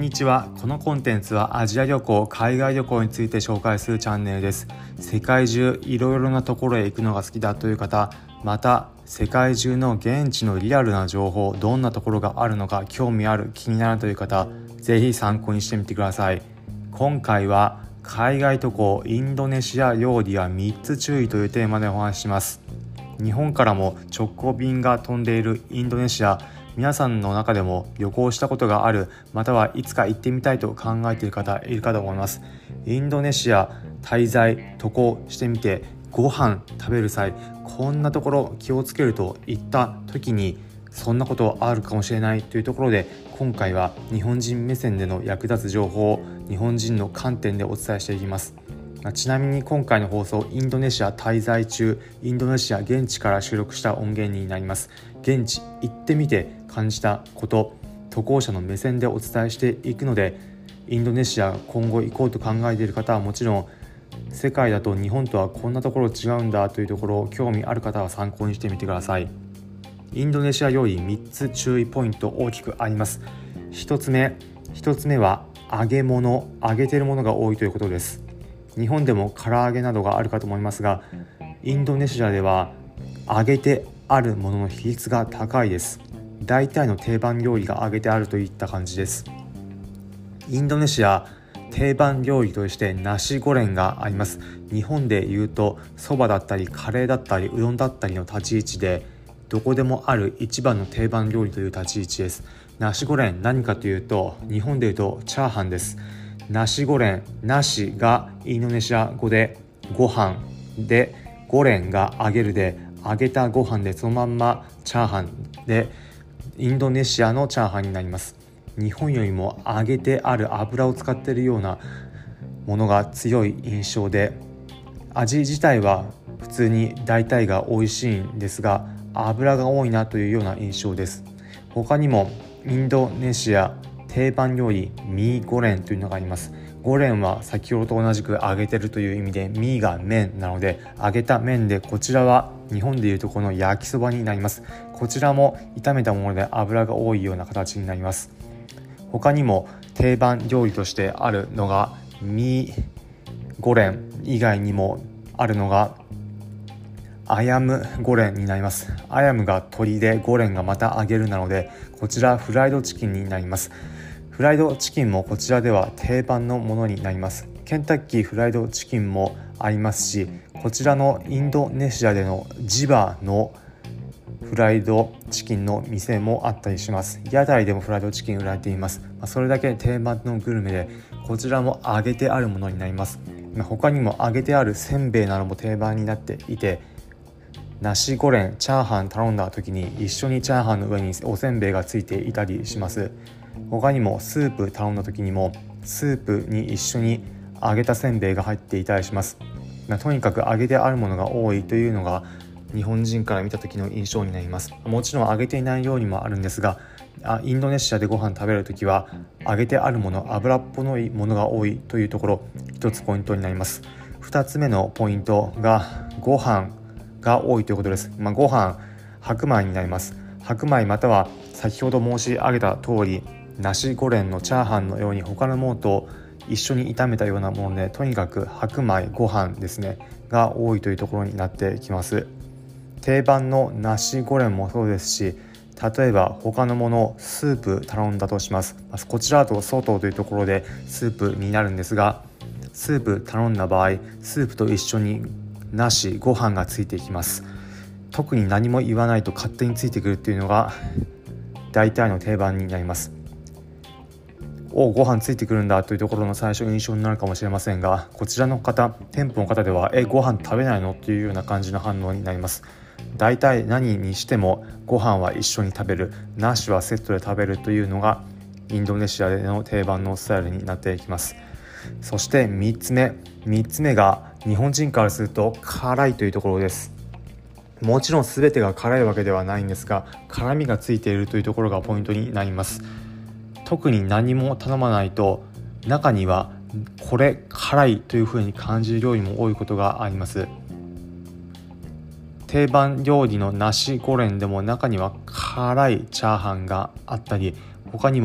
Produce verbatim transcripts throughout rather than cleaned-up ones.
にちは。このコンテンツはアジア旅行、海外旅行について紹介するチャンネルです。世界中いろいろなところへ行くのが好きだという方、また世界中の現地のリアルな情報、どんなところがあるのか興味ある、気になるという方、ぜひ参考にしてみてください。今回は海外渡航インドネシア料理はみっつ注意というテーマでお話しします。日本からも直行便が飛んでいるインドネシア、皆さんの中でも旅行したことがある、またはいつか行ってみたいと考えている方いるかと思います。インドネシア滞在渡航してみて、ご飯食べる際こんなところ気をつけるといった時にそんなことあるかもしれないというところで、今回は日本人目線での役立つ情報を日本人の観点でお伝えしていきます。ちなみに今回の放送、インドネシア滞在中、インドネシア現地から収録した音源になります。現地行ってみて感じたこと、渡航者の目線でお伝えしていくので、インドネシア今後行こうと考えている方はもちろん、世界だと日本とはこんなところ違うんだというところを興味ある方は参考にしてみてください。インドネシア料理みっつ注意ポイント大きくあります。ひとつめひとつめは揚げ物、揚げているものが多いということです。日本でも唐揚げなどがあるかと思いますが、インドネシアでは揚げてあるものの比率が高いです。大体の定番料理が揚げてあるといった感じです。インドネシア定番料理としてナシゴレンがあります。日本でいうとそばだったりカレーだったりうどんだったりの立ち位置で、どこでもある一番の定番料理という立ち位置です。ナシゴレン何かというと、日本でいうとチャーハンです。ナシゴレン、ナシがインドネシア語でご飯で、ゴレンが揚げるで、揚げたご飯でそのまんまチャーハンで、インドネシアのチャーハンになります。日本よりも揚げてある油を使っているようなものが強い印象で、味自体は普通に大体が美味しいんですが、油が多いなというような印象です。他にもインドネシア定番料理ミーゴレンというのがあります。ゴレンは先ほどと同じく揚げてるという意味で、ミーが麺なので揚げた麺で、こちらは日本でいうとこの焼きそばになります。こちらも炒めたもので油が多いような形になります。他にも定番料理としてあるのがミーゴレン以外にもあるのがアヤムゴレンになります。アヤムが鶏で、ゴレンがまた揚げるなので、こちらフライドチキンになります。フライドチキンもこちらでは定番のものになります。ケンタッキーフライドチキンもありますし、こちらのインドネシアでのジバのフライドチキンの店もあったりします。屋台でもフライドチキン売られています。それだけ定番のグルメで、こちらも揚げてあるものになります。他にも揚げてあるせんべいなども定番になっていて、ナシゴレン、チャーハン頼んだ時に一緒にチャーハンの上におせんべいがついていたりします。他にもスープ頼んだ時にもスープに一緒に揚げたせんべいが入っていたりします。とにかく揚げてあるものが多いというのが日本人から見た時の印象になります。もちろん揚げていない料理もあるんですが、インドネシアでご飯食べる時は揚げてあるもの、油っぽいものが多いというところ、一つポイントになります。二つ目のポイントがご飯が多いということです。まあ、ご飯白米になります。白米または先ほど申し上げた通り、ナシゴレンのチャーハンのように他のものと一緒に炒めたようなもので、とにかく白米ご飯ですねが多いというところになってきます。定番のナシゴレンもそうですし、例えば他のものスープ頼んだとします。こちらだと外というところでスープになるんですが、スープ頼んだ場合、スープと一緒になしご飯がついてきます。特に何も言わないと勝手についてくるっていうのが大体の定番になります。おご飯ついてくるんだというところの最初印象になるかもしれませんが、こちらの方、店舗の方ではえご飯食べないのというような感じの反応になります。大体何にしてもご飯は一緒に食べる、なしはセットで食べるというのがインドネシアでの定番のスタイルになっていきます。そしてみっつめみっつめが日本人からすると辛いというところです。もちろん全てが辛いわけではないんですが、辛みがついているというところがポイントになります。特に何も頼まないと、中にはこれ辛いというふうに感じる料理も多いことがあります。定番料理のナシゴレンでも中には辛いチャーハンがあったり、他にも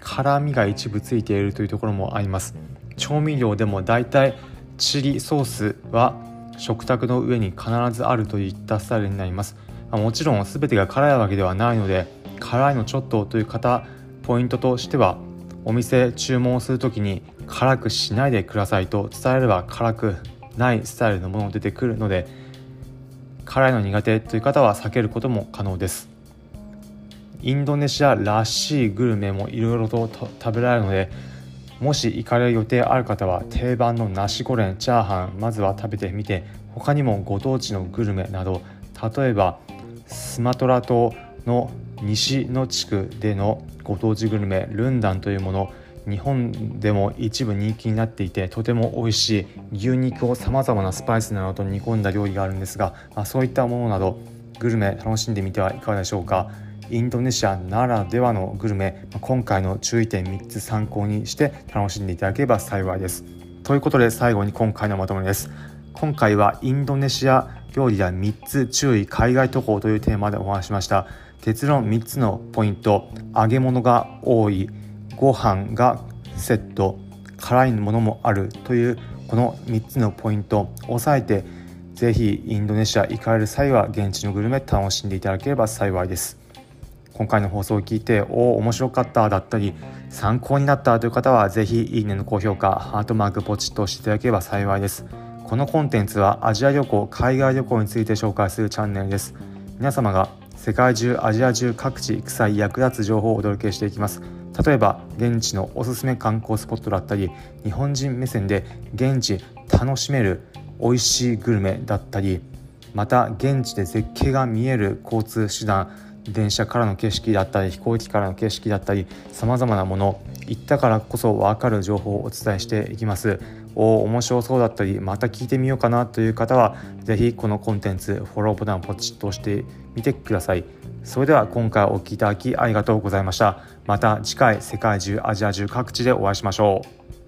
辛みが一部ついているというところもあります。調味料でもだいたいチリソースは食卓の上に必ずあるといったスタイルになります。もちろん全てが辛いわけではないので、辛いのちょっとという方、ポイントとしてはお店注文するときに辛くしないでくださいと伝えれば辛くないスタイルのものが出てくるので、辛いの苦手という方は避けることも可能です。インドネシアらしいグルメもいろいろと食べられるので、もし行かれる予定ある方は定番のナシゴレン、チャーハンまずは食べてみて、他にもご当地のグルメなど、例えばスマトラ島の西の地区でのご当地グルメルンダンというもの、日本でも一部人気になっていてとても美味しい牛肉をさまざまなスパイスなどと煮込んだ料理があるんですが、まあ、そういったものなどグルメ楽しんでみてはいかがでしょうか。インドネシアならではのグルメ、今回の注意点みっつ参考にして楽しんでいただければ幸いです。ということで最後に今回のまとめです。今回はインドネシア料理やみっつ注意海外渡航というテーマでお話ししました。結論みっつのポイント、揚げ物が多い、ご飯がセット、辛いものもあるというこのみっつのポイントを押さえて、ぜひインドネシア行かれる際は現地のグルメ楽しんでいただければ幸いです。今回の放送を聞いてお面白かっただったり参考になったという方はぜひいいねの高評価、ハートマークポチッとしていただければ幸いです。このコンテンツはアジア旅行、海外旅行について紹介するチャンネルです。皆様が世界中、アジア中各地行く際役立つ情報をお届けしていきます。例えば現地のおすすめ観光スポットだったり、日本人目線で現地楽しめる美味しいグルメだったり、また現地で絶景が見える交通手段、電車からの景色だったり飛行機からの景色だったり、さまざまなもの、行ったからこそ分かる情報をお伝えしていきます。お面白そうだったりまた聞いてみようかなという方はぜひこのコンテンツフォローボタンをポチッと押してみてください。それでは今回お聞きいただきありがとうございました。また次回世界中、アジア中各地でお会いしましょう。